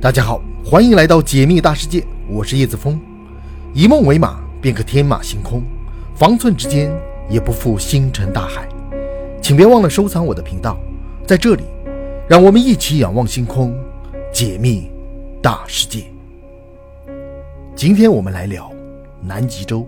大家好，欢迎来到解密大世界，我是叶子峰。以梦为马，便可天马行空，方寸之间也不负星辰大海。请别忘了收藏我的频道，在这里让我们一起仰望星空，解密大世界。今天我们来聊南极洲。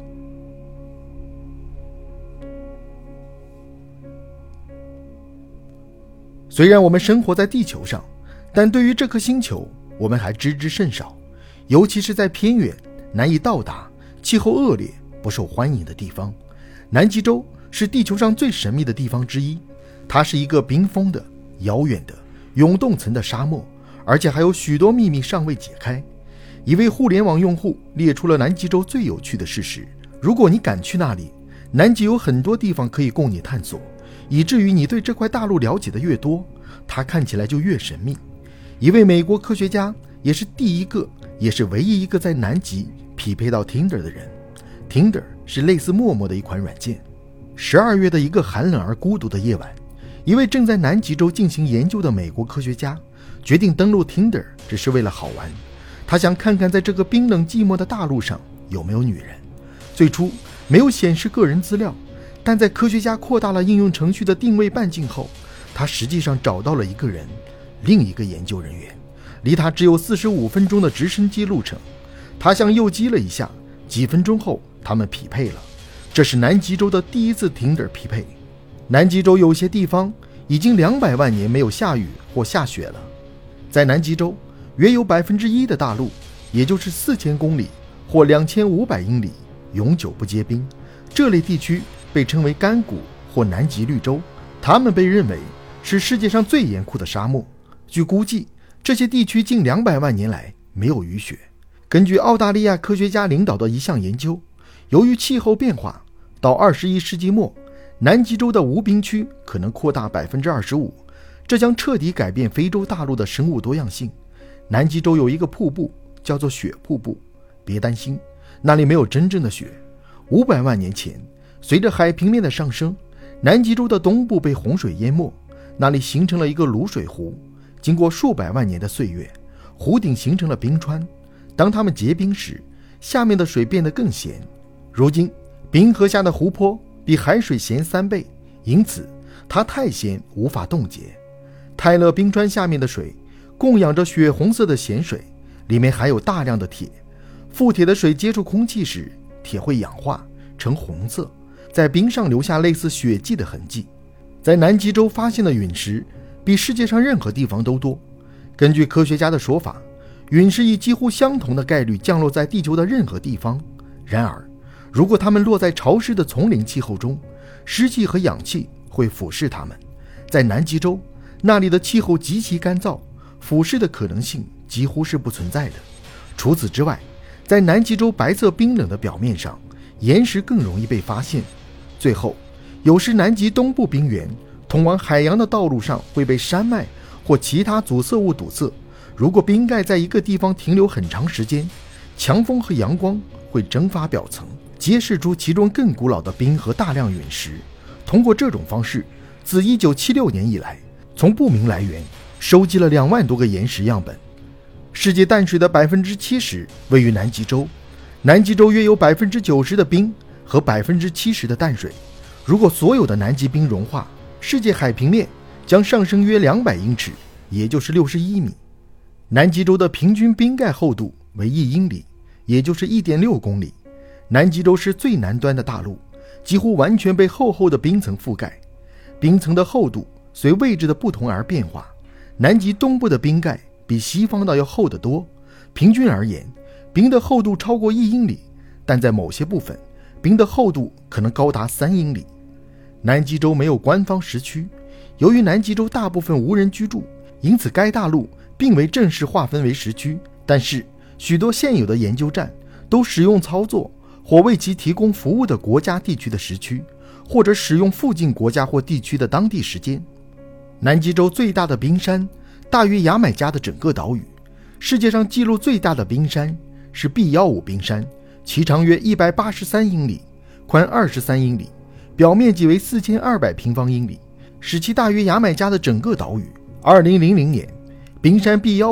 虽然我们生活在地球上，但对于这颗星球我们还知之甚少，尤其是在偏远、难以到达、气候恶劣、不受欢迎的地方。南极洲是地球上最神秘的地方之一，它是一个冰封的、遥远的、永冻层的沙漠，而且还有许多秘密尚未解开。一位互联网用户列出了南极洲最有趣的事实，如果你敢去那里，南极有很多地方可以供你探索，以至于你对这块大陆了解的越多，它看起来就越神秘。一位美国科学家也是第一个也是唯一一个在南极匹配到 Tinder 的人。 Tinder 是类似陌陌的一款软件。12月的一个寒冷而孤独的夜晚，一位正在南极洲进行研究的美国科学家决定登录 Tinder， 只是为了好玩。他想看看在这个冰冷寂寞的大陆上有没有女人。最初没有显示个人资料，但在科学家扩大了应用程序的定位半径后，他实际上找到了一个人，另一个研究人员，离他只有45分钟的直升机路程。他向右击了一下，几分钟后他们匹配了。这是南极洲的第一次 Tinder 匹配。南极洲有些地方已经200万年没有下雨或下雪了。在南极洲约有 1% 的大陆，也就是4000公里或2500英里永久不结冰。这类地区被称为干谷或南极绿洲，它们被认为是世界上最严酷的沙漠。据估计，这些地区近200万年来没有雨雪。根据澳大利亚科学家领导的一项研究，由于气候变化，到21世纪末，南极洲的无冰区可能扩大 25%， 这将彻底改变非洲大陆的生物多样性。南极洲有一个瀑布叫做雪瀑布，别担心，那里没有真正的雪。500万年前，随着海平面的上升，南极洲的东部被洪水淹没，那里形成了一个卤水湖。经过数百万年的岁月，湖顶形成了冰川。当它们结冰时，下面的水变得更咸。如今冰河下的湖泊比海水咸3倍，因此它太咸无法冻结。泰勒冰川下面的水供养着血红色的咸水，里面含有大量的铁。富铁的水接触空气时，铁会氧化成红色，在冰上留下类似血迹的痕迹。在南极洲发现的陨石比世界上任何地方都多。根据科学家的说法，陨石以几乎相同的概率降落在地球的任何地方。然而，如果它们落在潮湿的丛林气候中，湿气和氧气会腐蚀它们。在南极洲，那里的气候极其干燥，腐蚀的可能性几乎是不存在的。除此之外，在南极洲白色冰冷的表面上，岩石更容易被发现。最后，有时南极东部冰原通往海洋的道路上会被山脉或其他阻塞物堵塞。如果冰盖在一个地方停留很长时间，强风和阳光会蒸发表层，揭示出其中更古老的冰和大量陨石。通过这种方式，自1976年以来，从不明来源收集了2万多个岩石样本。世界淡水的 70% 位于南极洲。南极洲约有 90% 的冰和 70% 的淡水。如果所有的南极冰融化，世界海平面将上升约200英尺，也就是61米。南极洲的平均冰盖厚度为1英里，也就是 1.6 公里。南极洲是最南端的大陆，几乎完全被厚厚的冰层覆盖。冰层的厚度随位置的不同而变化，南极东部的冰盖比西方的要厚得多。平均而言，冰的厚度超过1英里，但在某些部分，冰的厚度可能高达3英里。南极洲没有官方时区，由于南极洲大部分无人居住，因此该大陆并未正式划分为时区。但是许多现有的研究站都使用操作或为其提供服务的国家地区的时区，或者使用附近国家或地区的当地时间。南极洲最大的冰山大约牙买加的整个岛屿。世界上记录最大的冰山是 B15 冰山，其长约183英里，宽23英里，表面积为4200平方英里，使其大约牙买加的整个岛屿。2000年，冰山 B15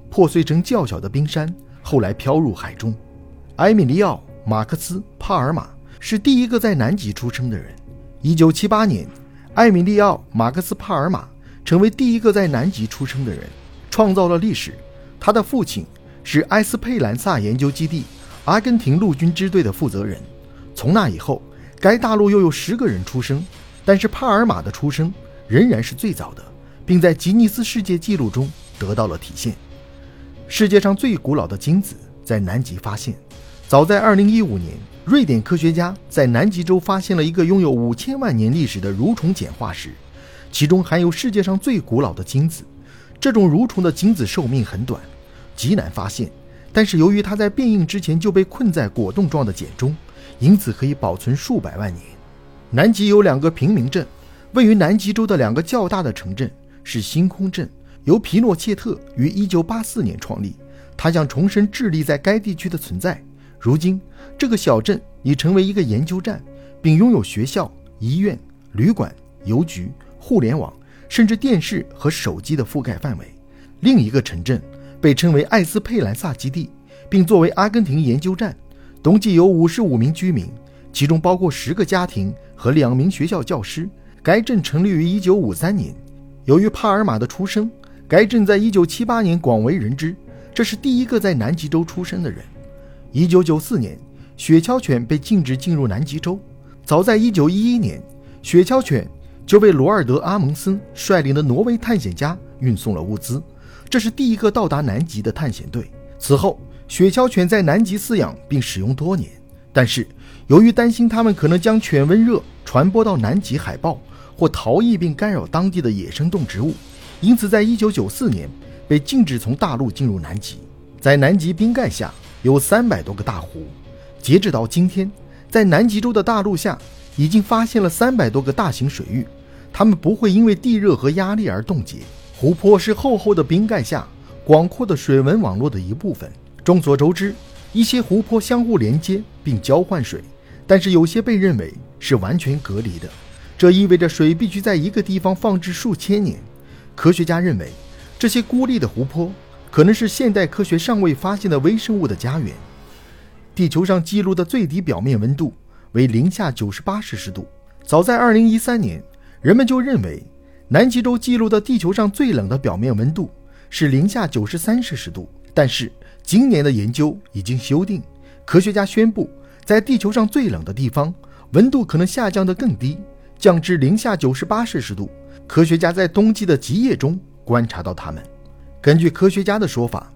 破碎成较小的冰山，后来飘入海中。埃米利奥·马克思·帕尔马是第一个在南极出生的人。1978年，埃米利奥·马克思·帕尔马成为第一个在南极出生的人，创造了历史。他的父亲是埃斯佩兰萨研究基地阿根廷陆军支队的负责人。从那以后，该大陆又有10个人出生，但是帕尔马的出生仍然是最早的，并在吉尼斯世界纪录中得到了体现。世界上最古老的精子在南极发现。早在2015年，瑞典科学家在南极洲发现了一个拥有5000万年历史的蠕虫简化石，其中含有世界上最古老的精子。这种蠕虫的精子寿命很短，极难发现，但是由于它在变硬之前就被困在果冻状的茧中，因此可以保存数百万年。南极有2个平民镇，位于南极洲的2个较大的城镇是星空镇，由皮诺切特于1984年创立，他想重申智利在该地区的存在。如今，这个小镇已成为一个研究站，并拥有学校、医院、旅馆、邮局、互联网，甚至电视和手机的覆盖范围。另一个城镇被称为艾斯佩兰萨基地，并作为阿根廷研究站，冬季有55名居民，其中包括10个家庭和2名学校教师。该镇成立于1953年。由于帕尔马的出生，该镇在1978年广为人知，这是第一个在南极洲出生的人。1994年，雪橇犬被禁止进入南极洲。早在1911年，雪橇犬就为罗尔德·阿蒙森率领的挪威探险家运送了物资，这是第一个到达南极的探险队。此后，雪橇犬在南极饲养并使用多年，但是由于担心它们可能将犬瘟热传播到南极海豹，或逃逸并干扰当地的野生动植物，因此在1994年被禁止从大陆进入南极。在南极冰盖下有300多个大湖，截止到今天，在南极洲的大陆下已经发现了300多个大型水域，它们不会因为地热和压力而冻结。湖泊是厚厚的冰盖下广阔的水文网络的一部分。众所周知，一些湖泊相互连接并交换水，但是有些被认为是完全隔离的，这意味着水必须在一个地方放置数千年。科学家认为，这些孤立的湖泊可能是现代科学尚未发现的微生物的家园。地球上记录的最低表面温度为-98摄氏度。早在2013年，人们就认为南极洲记录的地球上最冷的表面温度是-93摄氏度，但是今年的研究已经修订，科学家宣布，在地球上最冷的地方，温度可能下降得更低，降至-98摄氏度。科学家在冬季的极夜中观察到它们。根据科学家的说法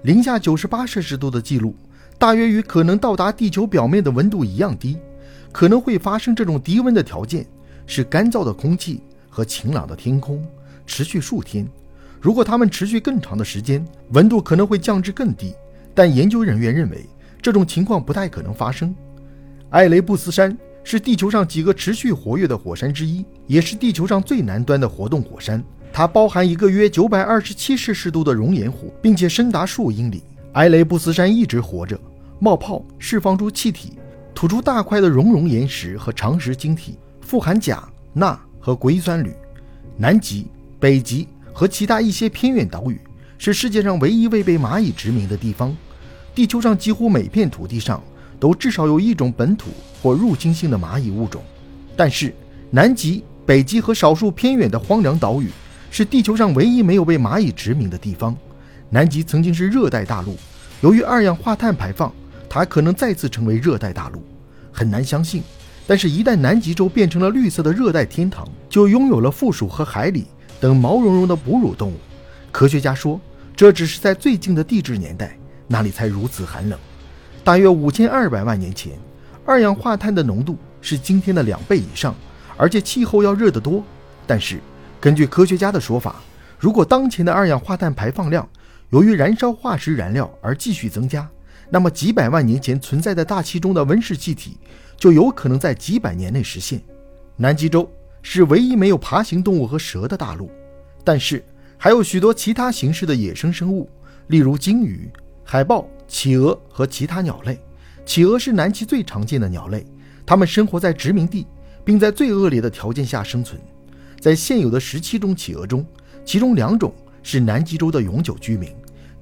，-98摄氏度的记录大约与可能到达地球表面的温度一样低。可能会发生这种低温的条件是干燥的空气和晴朗的天空，持续数天。如果它们持续更长的时间，温度可能会降至更低，但研究人员认为这种情况不太可能发生。埃雷布斯山是地球上几个持续活跃的火山之一，也是地球上最南端的活动火山。它包含一个约927摄氏度的熔岩湖，并且深达数英里。埃雷布斯山一直活着，冒泡，释放出气体，吐出大块的熔岩石和长石晶体，富含钾、钠和硅酸铝。南极、北极和其他一些偏远岛屿是世界上唯一未被蚂蚁殖民的地方。地球上几乎每片土地上都至少有一种本土或入侵性的蚂蚁物种。但是南极、北极和少数偏远的荒凉岛屿是地球上唯一没有被蚂蚁殖民的地方。南极曾经是热带大陆，由于二氧化碳排放，它可能再次成为热带大陆。很难相信，但是一旦南极洲变成了绿色的热带天堂，就拥有了负鼠和海狸等毛茸茸的哺乳动物。科学家说，这只是在最近的地质年代，那里才如此寒冷。大约5200万年前，二氧化碳的浓度是今天的2倍以上，而且气候要热得多。但是根据科学家的说法，如果当前的二氧化碳排放量由于燃烧化石燃料而继续增加，那么几百万年前存在的大气中的温室气体就有可能在几百年内实现。南极洲是唯一没有爬行动物和蛇的大陆，但是还有许多其他形式的野生生物，例如鲸鱼、海豹、企鹅和其他鸟类。企鹅是南极最常见的鸟类，它们生活在殖民地，并在最恶劣的条件下生存。在现有的17种企鹅中，其中2种是南极洲的永久居民，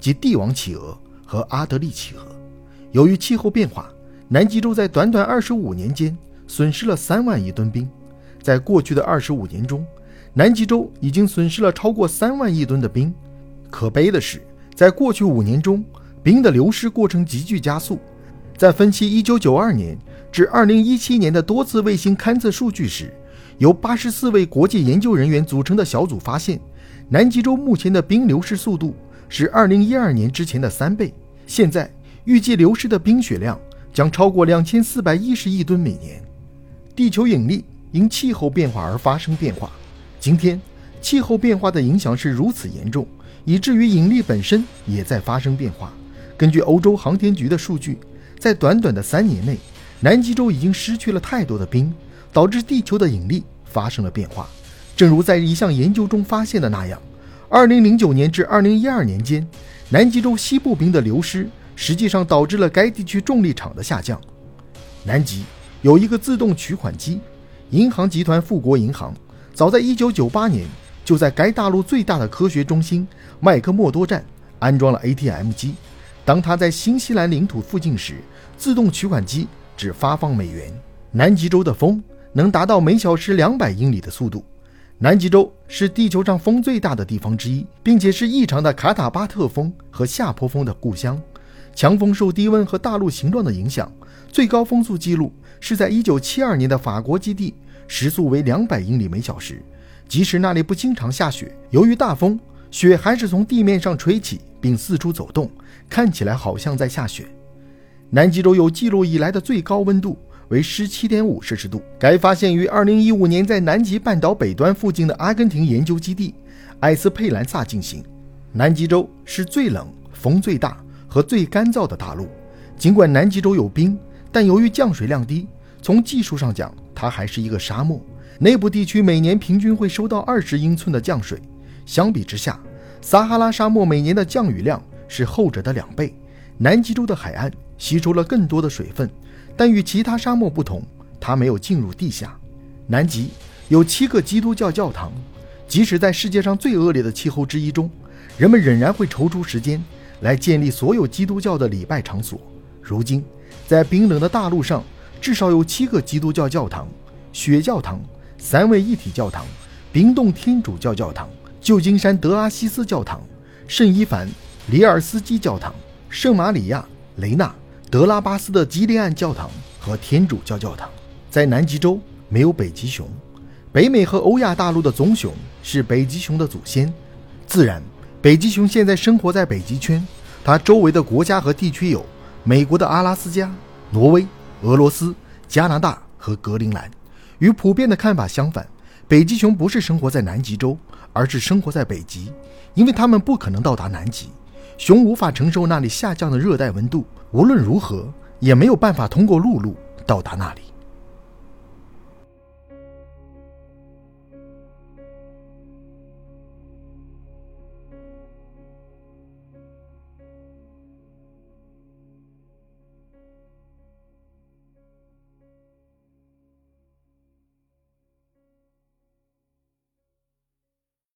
及帝王企鹅和阿德利企鹅。由于气候变化，南极洲在短短25年间损失了3万亿吨冰。在过去的25年中，南极洲已经损失了超过3万亿吨的冰。可悲的是，在过去5年中，冰的流失过程急剧加速。在分析1992年至2017年的多次卫星勘测数据时，由84位国际研究人员组成的小组发现，南极洲目前的冰流失速度是2012年之前的3倍。现在预计流失的冰雪量将超过2410亿吨每年。地球引力因气候变化而发生变化。今天，气候变化的影响是如此严重，以至于引力本身也在发生变化。根据欧洲航天局的数据，在短短的3年内，南极洲已经失去了太多的冰，导致地球的引力发生了变化。正如在一项研究中发现的那样，2009年至2012年间，南极洲西部冰的流失实际上导致了该地区重力场的下降。南极有一个自动取款机，银行集团富国银行早在1998年就在该大陆最大的科学中心麦克默多站安装了 ATM 机。当它在新西兰领土附近时，自动取款机只发放美元。南极洲的风能达到每小时200英里的速度。南极洲是地球上风最大的地方之一，并且是异常的卡塔巴特风和下坡风的故乡。强风受低温和大陆形状的影响，最高风速记录是在1972年的法国基地，时速为200英里每小时。即使那里不经常下雪，由于大风，雪还是从地面上吹起并四处走动，看起来好像在下雪。南极洲有记录以来的最高温度为 17.5 摄氏度。该发现于2015年在南极半岛北端附近的阿根廷研究基地埃斯佩兰萨进行。南极洲是最冷、风最大和最干燥的大陆。尽管南极洲有冰，但由于降水量低，从技术上讲，它还是一个沙漠。内部地区每年平均会收到20英寸的降水，相比之下，撒哈拉沙漠每年的降雨量是后者的2倍。南极洲的海岸吸收了更多的水分，但与其他沙漠不同，它没有进入地下。南极有7个基督教教堂，即使在世界上最恶劣的气候之一中，人们仍然会抽出时间来建立所有基督教的礼拜场所。如今，在冰冷的大陆上，至少有7个基督教教堂：雪教堂、3位一体教堂、冰冻天主教教堂、旧金山德拉西斯教堂、圣伊凡里尔斯基教堂、圣玛里亚雷纳德拉巴斯的基列安教堂和天主教教堂。在南极洲没有北极熊，北美和欧亚大陆的棕熊是北极熊的祖先。自然，北极熊现在生活在北极圈，它周围的国家和地区有美国的阿拉斯加、挪威、俄罗斯、加拿大和格陵兰。与普遍的看法相反，北极熊不是生活在南极洲，而是生活在北极，因为它们不可能到达南极。熊无法承受那里下降的热带温度，无论如何也没有办法通过陆路到达那里。